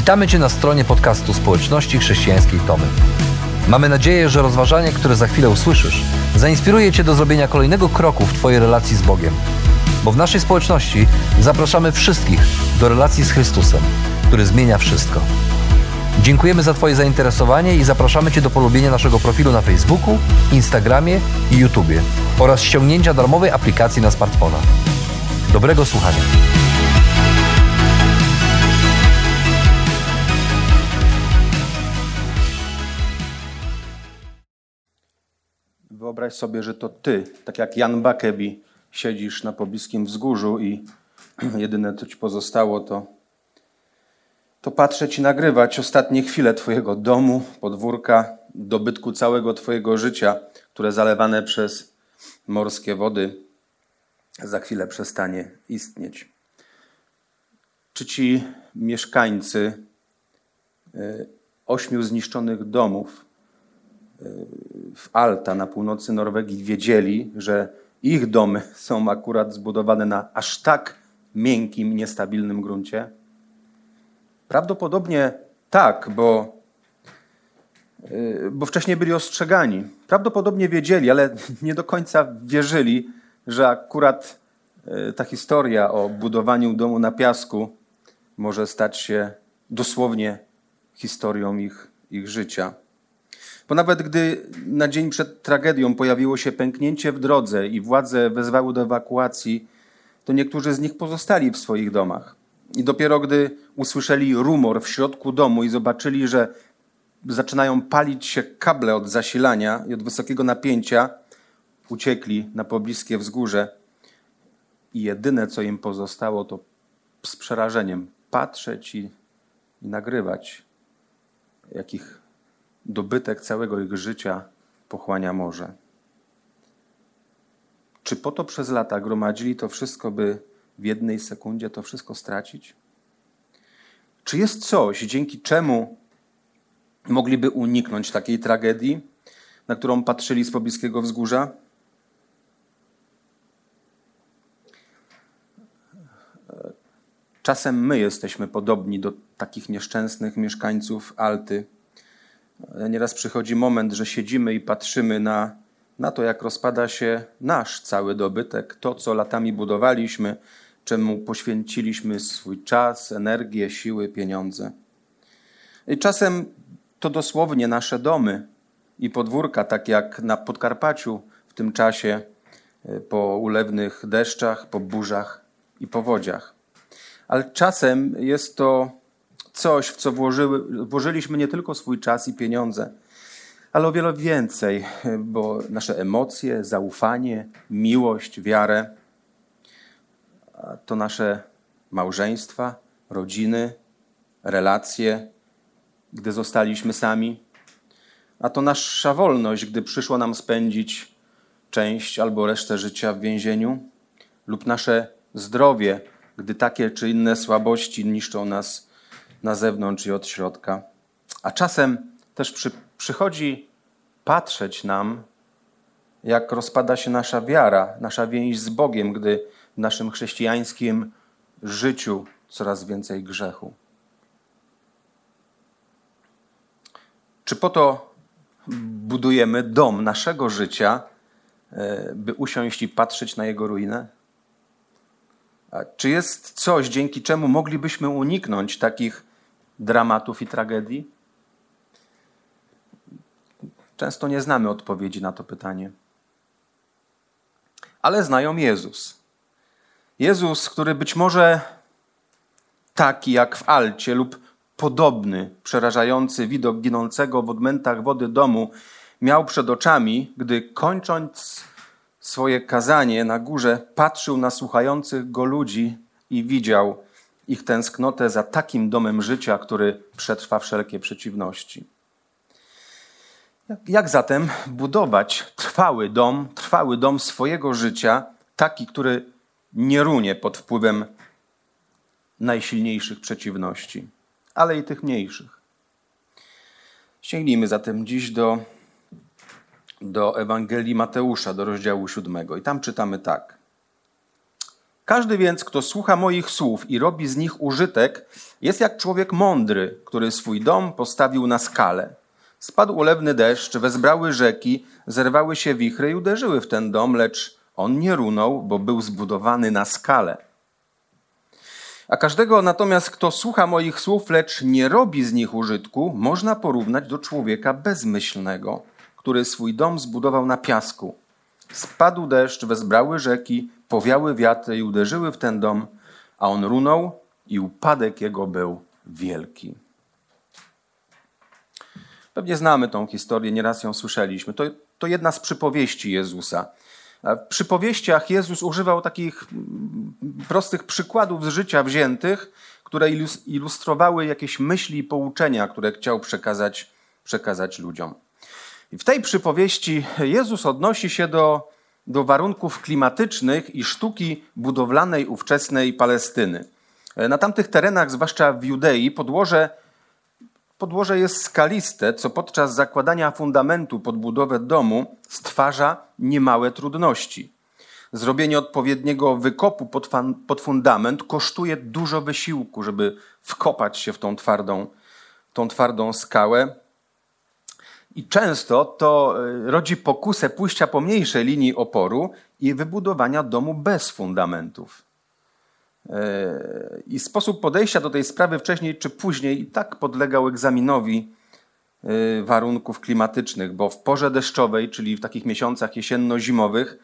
Witamy Cię na stronie podcastu Społeczności Chrześcijańskiej Tomy. Mamy nadzieję, że rozważanie, które za chwilę usłyszysz, zainspiruje Cię do zrobienia kolejnego kroku w Twojej relacji z Bogiem. Bo w naszej społeczności zapraszamy wszystkich do relacji z Chrystusem, który zmienia wszystko. Dziękujemy za Twoje zainteresowanie i zapraszamy Cię do polubienia naszego profilu na Facebooku, Instagramie i YouTubie oraz ściągnięcia darmowej aplikacji na smartfona. Dobrego słuchania. Wyobraź sobie, że to ty, tak jak Jan Buckeby, siedzisz na pobliskim wzgórzu i jedyne, co ci pozostało, to patrzeć i nagrywać ostatnie chwile twojego domu, podwórka, dobytku całego twojego życia, które zalewane przez morskie wody za chwilę przestanie istnieć. Czy ci mieszkańcy 8 zniszczonych domów w Alta na północy Norwegii wiedzieli, że ich domy są akurat zbudowane na aż tak miękkim, niestabilnym gruncie? Prawdopodobnie tak, bo wcześniej byli ostrzegani. Prawdopodobnie wiedzieli, ale nie do końca wierzyli, że akurat ta historia o budowaniu domu na piasku może stać się dosłownie historią ich życia. Bo nawet gdy na dzień przed tragedią pojawiło się pęknięcie w drodze i władze wezwały do ewakuacji, to niektórzy z nich pozostali w swoich domach. I dopiero gdy usłyszeli rumor w środku domu i zobaczyli, że zaczynają palić się kable od zasilania i od wysokiego napięcia, uciekli na pobliskie wzgórze i jedyne, co im pozostało, to z przerażeniem patrzeć i nagrywać, jakich dobytek całego ich życia pochłania morze. Czy po to przez lata gromadzili to wszystko, by w jednej sekundzie to wszystko stracić? Czy jest coś, dzięki czemu mogliby uniknąć takiej tragedii, na którą patrzyli z pobliskiego wzgórza? Czasem my jesteśmy podobni do takich nieszczęsnych mieszkańców Alty. Nieraz przychodzi moment, że siedzimy i patrzymy na to, jak rozpada się nasz cały dobytek, to, co latami budowaliśmy, czemu poświęciliśmy swój czas, energię, siły, pieniądze. I czasem to dosłownie nasze domy i podwórka, tak jak na Podkarpaciu w tym czasie, po ulewnych deszczach, po burzach i powodziach. Ale czasem jest to coś, w co włożyliśmy nie tylko swój czas i pieniądze, ale o wiele więcej, bo nasze emocje, zaufanie, miłość, wiarę, to nasze małżeństwa, rodziny, relacje, gdy zostaliśmy sami, a to nasza wolność, gdy przyszło nam spędzić część albo resztę życia w więzieniu, lub nasze zdrowie, gdy takie czy inne słabości niszczą nas na zewnątrz i od środka. A czasem też przychodzi patrzeć nam, jak rozpada się nasza wiara, nasza więź z Bogiem, gdy w naszym chrześcijańskim życiu coraz więcej grzechu. Czy po to budujemy dom naszego życia, by usiąść i patrzeć na jego ruinę? Czy jest coś, dzięki czemu moglibyśmy uniknąć takich dramatów i tragedii? Często nie znamy odpowiedzi na to pytanie. Ale znają Jezus. Jezus, który być może taki jak w Alcie lub podobny, przerażający widok ginącego w odmętach wody domu miał przed oczami, gdy kończąc swoje kazanie na górze patrzył na słuchających go ludzi i widział ich tęsknotę za takim domem życia, który przetrwa wszelkie przeciwności. Jak zatem budować trwały dom swojego życia, taki, który nie runie pod wpływem najsilniejszych przeciwności, ale i tych mniejszych? Sięgnijmy zatem dziś do Ewangelii Mateusza, do rozdziału 7. I tam czytamy tak. Każdy więc, kto słucha moich słów i robi z nich użytek, jest jak człowiek mądry, który swój dom postawił na skale. Spadł ulewny deszcz, wezbrały rzeki, zerwały się wichry i uderzyły w ten dom, lecz on nie runął, bo był zbudowany na skale. A każdego natomiast, kto słucha moich słów, lecz nie robi z nich użytku, można porównać do człowieka bezmyślnego, który swój dom zbudował na piasku. Spadł deszcz, wezbrały rzeki, powiały wiatry i uderzyły w ten dom, a on runął i upadek jego był wielki. Pewnie znamy tą historię, nieraz ją słyszeliśmy. To jedna z przypowieści Jezusa. A w przypowieściach Jezus używał takich prostych przykładów z życia wziętych, które ilustrowały jakieś myśli i pouczenia, które chciał przekazać ludziom. I w tej przypowieści Jezus odnosi się do warunków klimatycznych i sztuki budowlanej ówczesnej Palestyny. Na tamtych terenach, zwłaszcza w Judei, podłoże jest skaliste, co podczas zakładania fundamentu pod budowę domu stwarza niemałe trudności. Zrobienie odpowiedniego wykopu pod fundament kosztuje dużo wysiłku, żeby wkopać się w tą twardą skałę. I często to rodzi pokusę pójścia po mniejszej linii oporu i wybudowania domu bez fundamentów. I sposób podejścia do tej sprawy wcześniej czy później i tak podlegał egzaminowi warunków klimatycznych, bo w porze deszczowej, czyli w takich miesiącach jesienno-zimowych,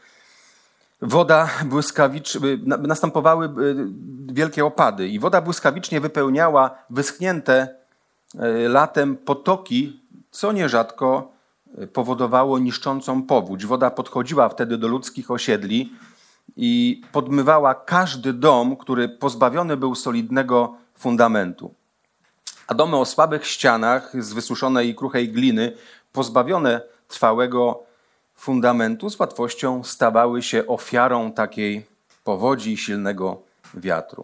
następowały wielkie opady i woda błyskawicznie wypełniała wyschnięte latem potoki, co nierzadko powodowało niszczącą powódź. Woda podchodziła wtedy do ludzkich osiedli i podmywała każdy dom, który pozbawiony był solidnego fundamentu. A domy o słabych ścianach z wysuszonej i kruchej gliny, pozbawione trwałego fundamentu, z łatwością stawały się ofiarą takiej powodzi i silnego wiatru.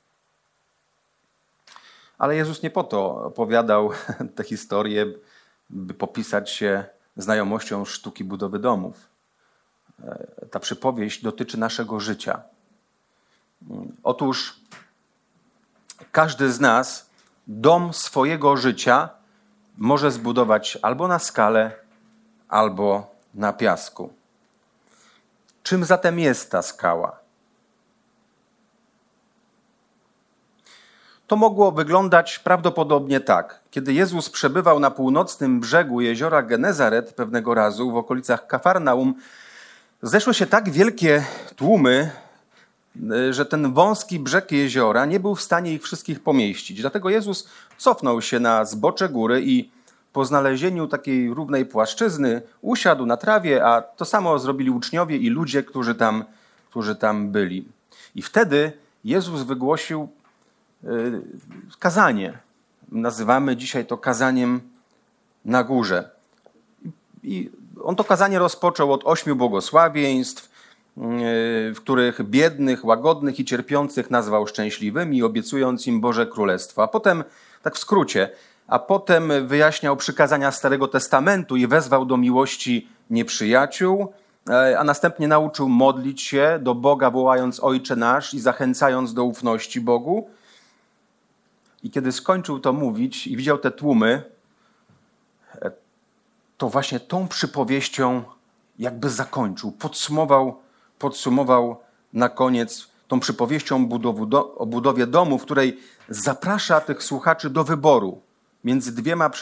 Ale Jezus nie po to opowiadał tę historię, by popisać się znajomością sztuki budowy domów. Ta przypowieść dotyczy naszego życia. Otóż każdy z nas dom swojego życia może zbudować albo na skale, albo na piasku. Czym zatem jest ta skała? To mogło wyglądać prawdopodobnie tak. Kiedy Jezus przebywał na północnym brzegu jeziora Genezaret pewnego razu w okolicach Kafarnaum, zeszły się tak wielkie tłumy, że ten wąski brzeg jeziora nie był w stanie ich wszystkich pomieścić. Dlatego Jezus cofnął się na zbocze góry i po znalezieniu takiej równej płaszczyzny usiadł na trawie, a to samo zrobili uczniowie i ludzie, którzy tam byli. I wtedy Jezus wygłosił kazanie. Nazywamy dzisiaj to kazaniem na górze. I on to kazanie rozpoczął od 8 błogosławieństw, w których biednych, łagodnych i cierpiących nazwał szczęśliwymi, obiecując im Boże Królestwo. A potem, tak w skrócie, wyjaśniał przykazania Starego Testamentu i wezwał do miłości nieprzyjaciół, a następnie nauczył modlić się do Boga, wołając Ojcze nasz i zachęcając do ufności Bogu. I kiedy skończył to mówić i widział te tłumy, to właśnie tą przypowieścią jakby zakończył, podsumował na koniec tą przypowieścią o budowie domu, w której zaprasza tych słuchaczy do wyboru między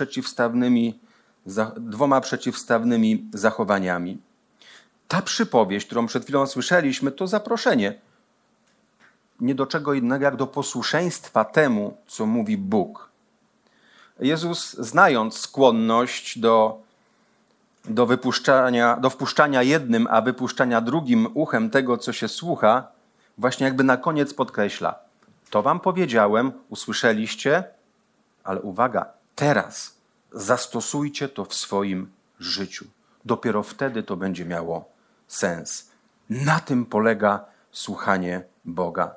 dwoma przeciwstawnymi zachowaniami. Ta przypowieść, którą przed chwilą słyszeliśmy, to zaproszenie nie do czego innego, jak do posłuszeństwa temu, co mówi Bóg. Jezus, znając skłonność do wpuszczania jednym, a wypuszczania drugim uchem tego, co się słucha, właśnie jakby na koniec podkreśla: to wam powiedziałem, usłyszeliście, ale uwaga, teraz zastosujcie to w swoim życiu. Dopiero wtedy to będzie miało sens. Na tym polega słuchanie Boga.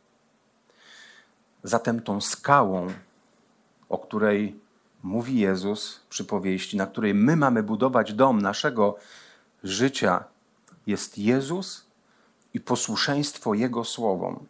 Zatem tą skałą, o której mówi Jezus w przypowieści, na której my mamy budować dom naszego życia, jest Jezus i posłuszeństwo Jego słowom.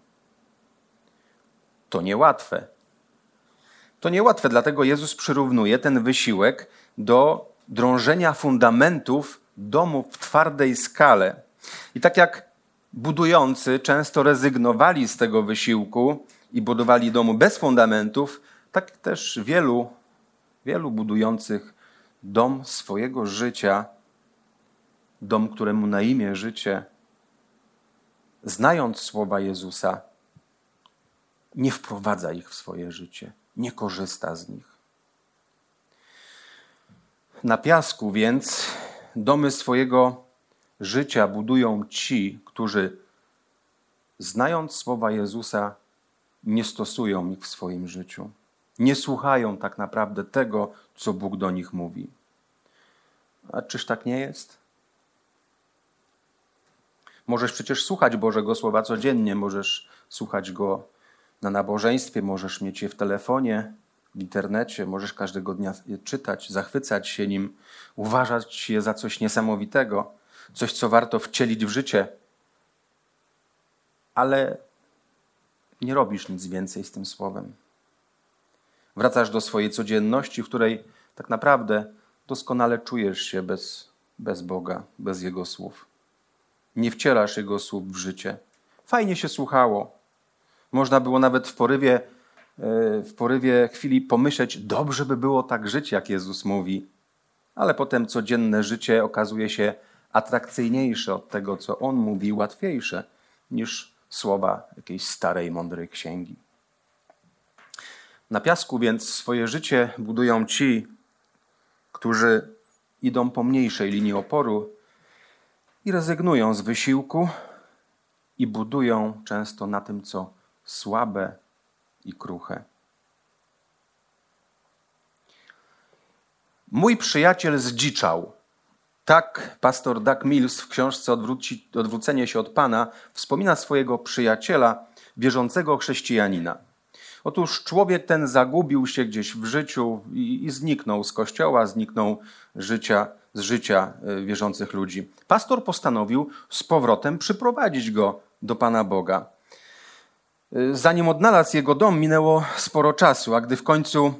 To niełatwe. To niełatwe, dlatego Jezus przyrównuje ten wysiłek do drążenia fundamentów domu w twardej skale. I tak jak budujący często rezygnowali z tego wysiłku i budowali domu bez fundamentów, tak też wielu budujących dom swojego życia, dom, któremu na imię życie, znając słowa Jezusa, nie wprowadza ich w swoje życie, nie korzysta z nich. Na piasku więc domy swojego życia budują ci, którzy znając słowa Jezusa, nie stosują ich w swoim życiu. Nie słuchają tak naprawdę tego, co Bóg do nich mówi. A czyż tak nie jest? Możesz przecież słuchać Bożego Słowa codziennie, możesz słuchać Go na nabożeństwie, możesz mieć je w telefonie, w internecie, możesz każdego dnia je czytać, zachwycać się nim, uważać je za coś niesamowitego, coś, co warto wcielić w życie, ale nie robisz nic więcej z tym słowem. Wracasz do swojej codzienności, w której tak naprawdę doskonale czujesz się bez Boga, bez Jego słów. Nie wcielasz Jego słów w życie. Fajnie się słuchało. Można było nawet w porywie chwili pomyśleć, dobrze by było tak żyć, jak Jezus mówi. Ale potem codzienne życie okazuje się atrakcyjniejsze od tego, co On mówi, łatwiejsze niż słowa jakiejś starej, mądrej księgi. Na piasku więc swoje życie budują ci, którzy idą po mniejszej linii oporu i rezygnują z wysiłku i budują często na tym, co słabe i kruche. Mój przyjaciel zdziczał. Tak pastor Doug Mills w książce Odwrócenie się od Pana wspomina swojego przyjaciela, wierzącego chrześcijanina. Otóż człowiek ten zagubił się gdzieś w życiu i zniknął z kościoła, zniknął z życia wierzących ludzi. Pastor postanowił z powrotem przyprowadzić go do Pana Boga. Zanim odnalazł jego dom, minęło sporo czasu, a gdy w końcu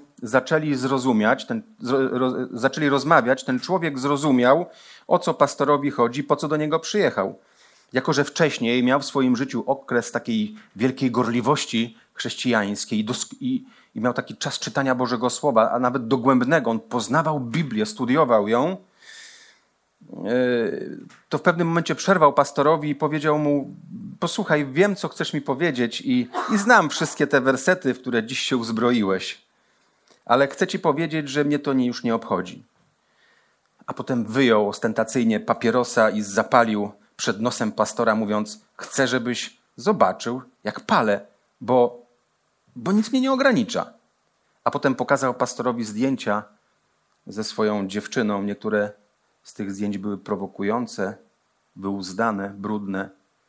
zaczęli rozmawiać, ten człowiek zrozumiał, o co pastorowi chodzi, po co do niego przyjechał. Jako że wcześniej miał w swoim życiu okres takiej wielkiej gorliwości chrześcijańskiej i miał taki czas czytania Bożego Słowa, a nawet dogłębnego, on poznawał Biblię, studiował ją, to w pewnym momencie przerwał pastorowi i powiedział mu: posłuchaj, wiem, co chcesz mi powiedzieć i znam wszystkie te wersety, w które dziś się uzbroiłeś, ale chcę ci powiedzieć, że mnie to już nie obchodzi. A potem wyjął ostentacyjnie papierosa i zapalił przed nosem pastora, mówiąc: chcę, żebyś zobaczył, jak palę, bo nic mnie nie ogranicza. A potem pokazał pastorowi zdjęcia ze swoją dziewczyną. Niektóre z tych zdjęć były prowokujące, wyuzdane, brudne.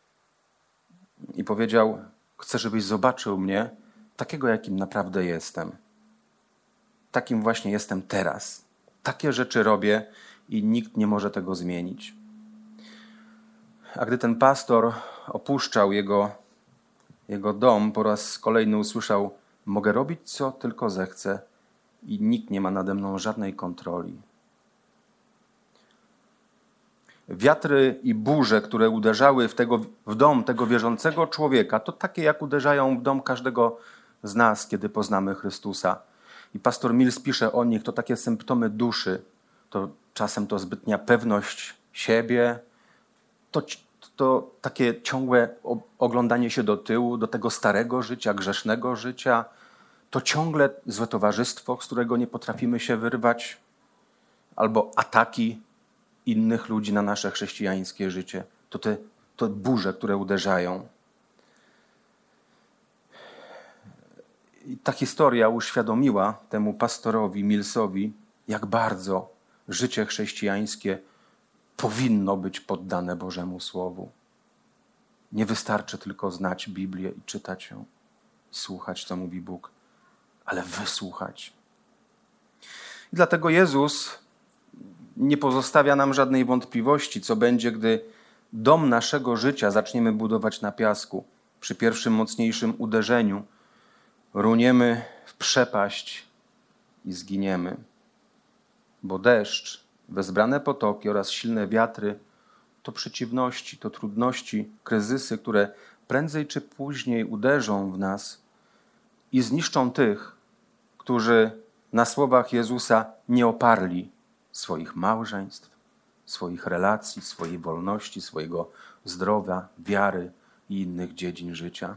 I powiedział: chcę, żebyś zobaczył mnie takiego, jakim naprawdę jestem. Takim właśnie jestem teraz. Takie rzeczy robię i nikt nie może tego zmienić. A gdy ten pastor opuszczał jego dom, po raz kolejny usłyszał: mogę robić, co tylko zechcę i nikt nie ma nade mną żadnej kontroli. Wiatry i burze, które uderzały w dom tego wierzącego człowieka, to takie, jak uderzają w dom każdego z nas, kiedy poznamy Chrystusa. I pastor Mills pisze o nich, to takie symptomy duszy. To czasem to zbytnia pewność siebie, to takie ciągłe oglądanie się do tyłu, do tego starego życia, grzesznego życia. To ciągle złe towarzystwo, z którego nie potrafimy się wyrwać. Albo ataki innych ludzi na nasze chrześcijańskie życie. To burze, które uderzają. I ta historia uświadomiła temu pastorowi Millsowi, jak bardzo życie chrześcijańskie powinno być poddane Bożemu Słowu. Nie wystarczy tylko znać Biblię i czytać ją, słuchać, co mówi Bóg, ale wysłuchać. I dlatego Jezus nie pozostawia nam żadnej wątpliwości, co będzie, gdy dom naszego życia zaczniemy budować na piasku, przy pierwszym mocniejszym uderzeniu runiemy w przepaść i zginiemy. Bo deszcz, wezbrane potoki oraz silne wiatry to przeciwności, to trudności, kryzysy, które prędzej czy później uderzą w nas i zniszczą tych, którzy na słowach Jezusa nie oparli swoich małżeństw, swoich relacji, swojej wolności, swojego zdrowia, wiary i innych dziedzin życia.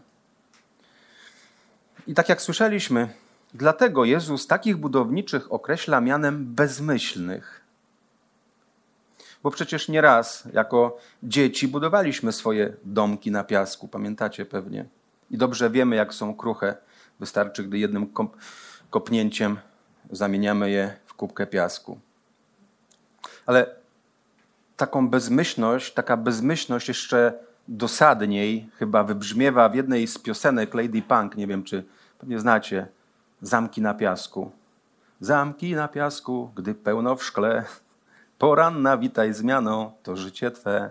I tak jak słyszeliśmy, dlatego Jezus takich budowniczych określa mianem bezmyślnych. Bo przecież nieraz jako dzieci budowaliśmy swoje domki na piasku, pamiętacie pewnie. I dobrze wiemy, jak są kruche. Wystarczy, gdy jednym kopnięciem zamieniamy je w kubkę piasku. Ale taka bezmyślność jeszcze dosadniej chyba wybrzmiewa w jednej z piosenek Lady Punk, nie wiem, czy pewnie znacie, Zamki na piasku. Zamki na piasku, gdy pełno w szkle, poranna witaj zmianą, to życie Twe.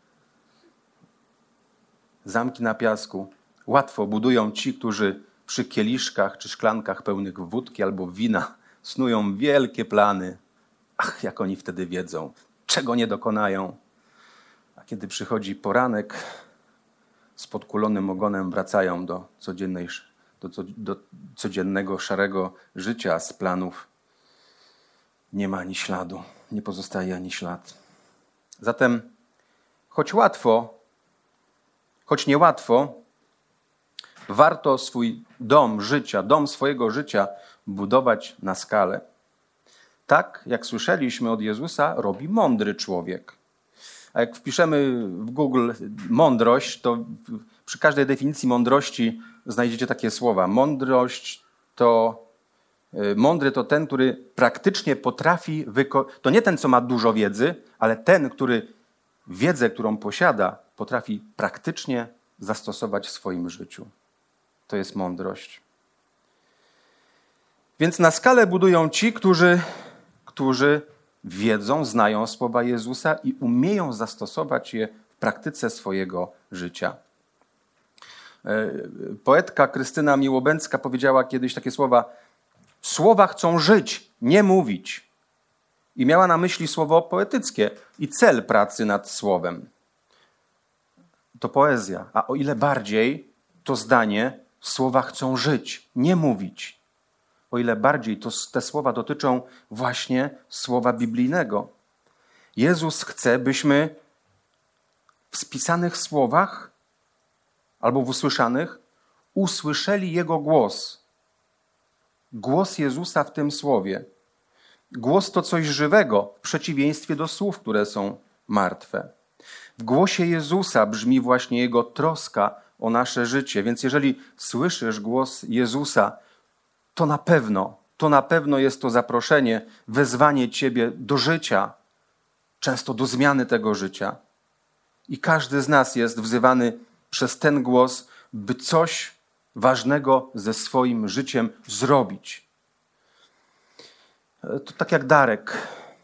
Zamki na piasku łatwo budują ci, którzy przy kieliszkach czy szklankach pełnych wódki albo wina snują wielkie plany. Ach, jak oni wtedy wiedzą, czego nie dokonają. A kiedy przychodzi poranek, z podkulonym ogonem wracają do codziennego szarego życia, z planów nie ma ani śladu, nie pozostaje ani ślad. Zatem choć niełatwo, warto swój dom swojego życia budować na skalę. Tak, jak słyszeliśmy od Jezusa, robi mądry człowiek. A jak wpiszemy w Google mądrość, to przy każdej definicji mądrości znajdziecie takie słowa. Mądry to ten, który praktycznie potrafi to nie ten, co ma dużo wiedzy, ale ten, który wiedzę, którą posiada, potrafi praktycznie zastosować w swoim życiu. To jest mądrość. Więc na skalę budują ci, którzy wiedzą, znają słowa Jezusa i umieją zastosować je w praktyce swojego życia. Poetka Krystyna Miłobęcka powiedziała kiedyś takie słowa: słowa chcą żyć, nie mówić. I miała na myśli słowo poetyckie i cel pracy nad słowem. To poezja, a o ile bardziej to zdanie: słowa chcą żyć, nie mówić. O ile bardziej te słowa dotyczą właśnie słowa biblijnego. Jezus chce, byśmy w spisanych słowach albo w usłyszanych usłyszeli Jego głos. Głos Jezusa w tym słowie. Głos to coś żywego w przeciwieństwie do słów, które są martwe. W głosie Jezusa brzmi właśnie Jego troska o nasze życie. Więc jeżeli słyszysz głos Jezusa, to na pewno jest to zaproszenie, wezwanie ciebie do życia, często do zmiany tego życia. I każdy z nas jest wzywany przez ten głos, by coś ważnego ze swoim życiem zrobić. To tak jak Darek.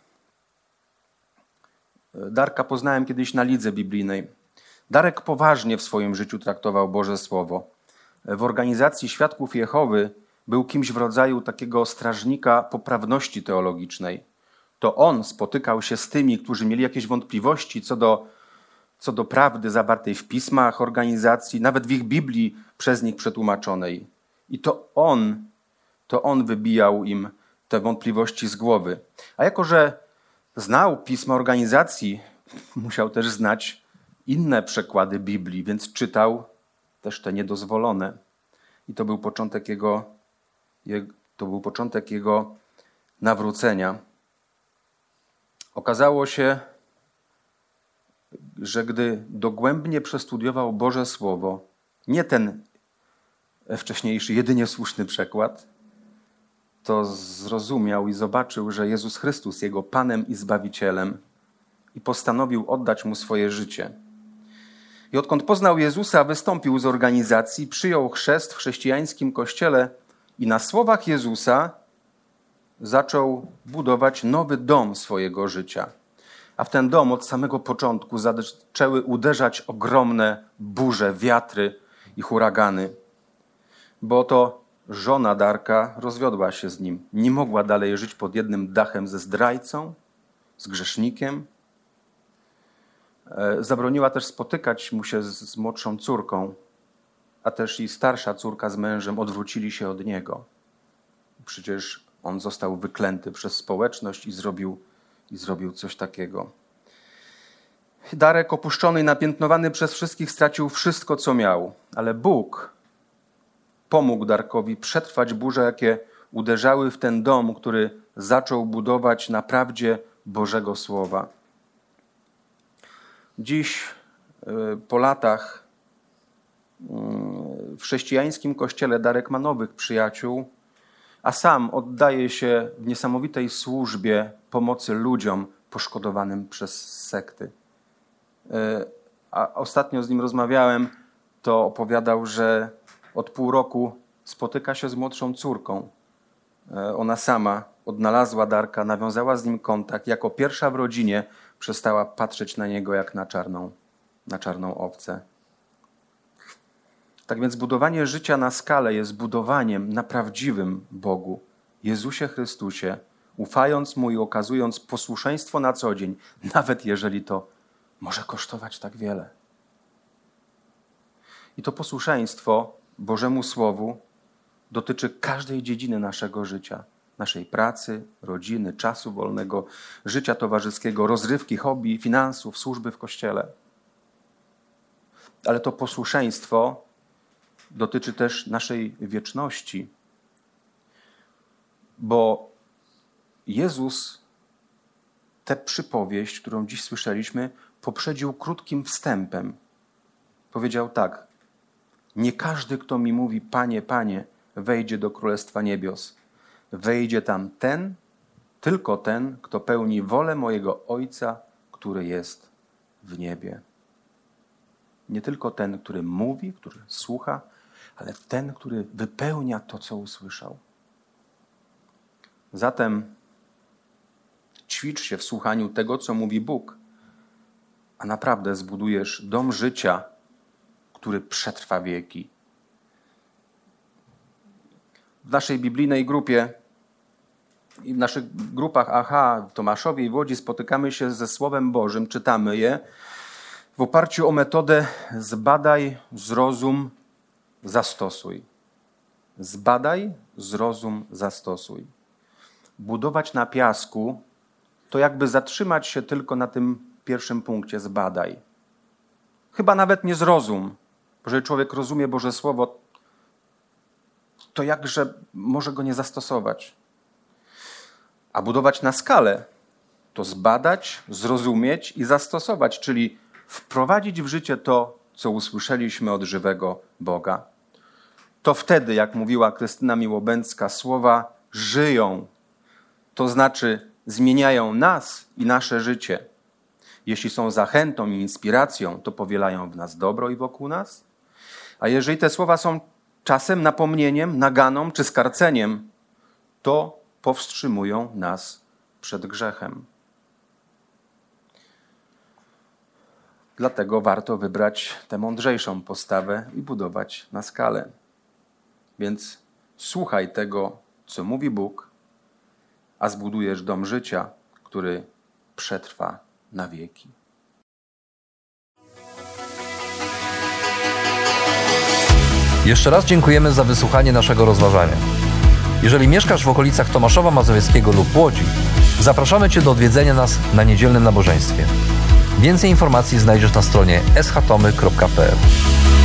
Darka poznałem kiedyś na lidze biblijnej. Darek poważnie w swoim życiu traktował Boże Słowo. W organizacji Świadków Jehowy był kimś w rodzaju takiego strażnika poprawności teologicznej. To on spotykał się z tymi, którzy mieli jakieś wątpliwości co do prawdy zawartej w pismach organizacji, nawet w ich Biblii przez nich przetłumaczonej. I to on wybijał im te wątpliwości z głowy. A jako że znał pisma organizacji, musiał też znać inne przekłady Biblii, więc czytał też te niedozwolone. I to był początek jego nawrócenia. Okazało się, że gdy dogłębnie przestudiował Boże Słowo, nie ten wcześniejszy, jedynie słuszny przekład, to zrozumiał i zobaczył, że Jezus Chrystus jego Panem i Zbawicielem i postanowił oddać Mu swoje życie. I odkąd poznał Jezusa, wystąpił z organizacji, przyjął chrzest w chrześcijańskim kościele i na słowach Jezusa zaczął budować nowy dom swojego życia. A w ten dom od samego początku zaczęły uderzać ogromne burze, wiatry i huragany. Bo to żona Darka rozwiodła się z nim. Nie mogła dalej żyć pod jednym dachem ze zdrajcą, z grzesznikiem. Zabroniła też spotykać mu się z młodszą córką, a też i starsza córka z mężem odwrócili się od niego. Przecież on został wyklęty przez społeczność i zrobił coś takiego. Darek, opuszczony i napiętnowany przez wszystkich, stracił wszystko, co miał. Ale Bóg pomógł Darkowi przetrwać burze, jakie uderzały w ten dom, który zaczął budować na prawdzie Bożego Słowa. Dziś, po latach, w chrześcijańskim kościele Darek ma nowych przyjaciół, a sam oddaje się w niesamowitej służbie pomocy ludziom poszkodowanym przez sekty. A ostatnio z nim rozmawiałem, to opowiadał, że od pół roku spotyka się z młodszą córką. Ona sama odnalazła Darka, nawiązała z nim kontakt. Jako pierwsza w rodzinie przestała patrzeć na niego jak na czarną owcę. Tak więc budowanie życia na skalę jest budowaniem na prawdziwym Bogu, Jezusie Chrystusie, ufając Mu i okazując posłuszeństwo na co dzień, nawet jeżeli to może kosztować tak wiele. I to posłuszeństwo Bożemu Słowu dotyczy każdej dziedziny naszego życia, naszej pracy, rodziny, czasu wolnego, życia towarzyskiego, rozrywki, hobby, finansów, służby w Kościele. Ale to posłuszeństwo dotyczy też naszej wieczności, bo Jezus tę przypowieść, którą dziś słyszeliśmy, poprzedził krótkim wstępem. Powiedział tak: nie każdy, kto mi mówi Panie, Panie, wejdzie do Królestwa Niebios. Wejdzie tam tylko ten, kto pełni wolę mojego Ojca, który jest w niebie. Nie tylko ten, który mówi, który słucha, ale ten, który wypełnia to, co usłyszał. Zatem ćwicz się w słuchaniu tego, co mówi Bóg, a naprawdę zbudujesz dom życia, który przetrwa wieki. W naszej biblijnej grupie i w naszych grupach AHA w Tomaszowie i w Łodzi spotykamy się ze Słowem Bożym, czytamy je w oparciu o metodę zbadaj, zrozum, zastosuj. Zbadaj, zrozum, zastosuj. Budować na piasku to jakby zatrzymać się tylko na tym pierwszym punkcie, zbadaj. Chyba nawet nie zrozum. Bo jeżeli człowiek rozumie Boże Słowo, to jakże może go nie zastosować. A budować na skalę to zbadać, zrozumieć i zastosować, czyli wprowadzić w życie to, co usłyszeliśmy od żywego Boga. To wtedy, jak mówiła Krystyna Miłobędzka, słowa żyją, to znaczy zmieniają nas i nasze życie. Jeśli są zachętą i inspiracją, to powielają w nas dobro i wokół nas. A jeżeli te słowa są czasem napomnieniem, naganą czy skarceniem, to powstrzymują nas przed grzechem. Dlatego warto wybrać tę mądrzejszą postawę i budować na skalę. Więc słuchaj tego, co mówi Bóg, a zbudujesz dom życia, który przetrwa na wieki. Jeszcze raz dziękujemy za wysłuchanie naszego rozważania. Jeżeli mieszkasz w okolicach Tomaszowa Mazowieckiego lub Łodzi, zapraszamy Cię do odwiedzenia nas na niedzielnym nabożeństwie. Więcej informacji znajdziesz na stronie schtomy.pl.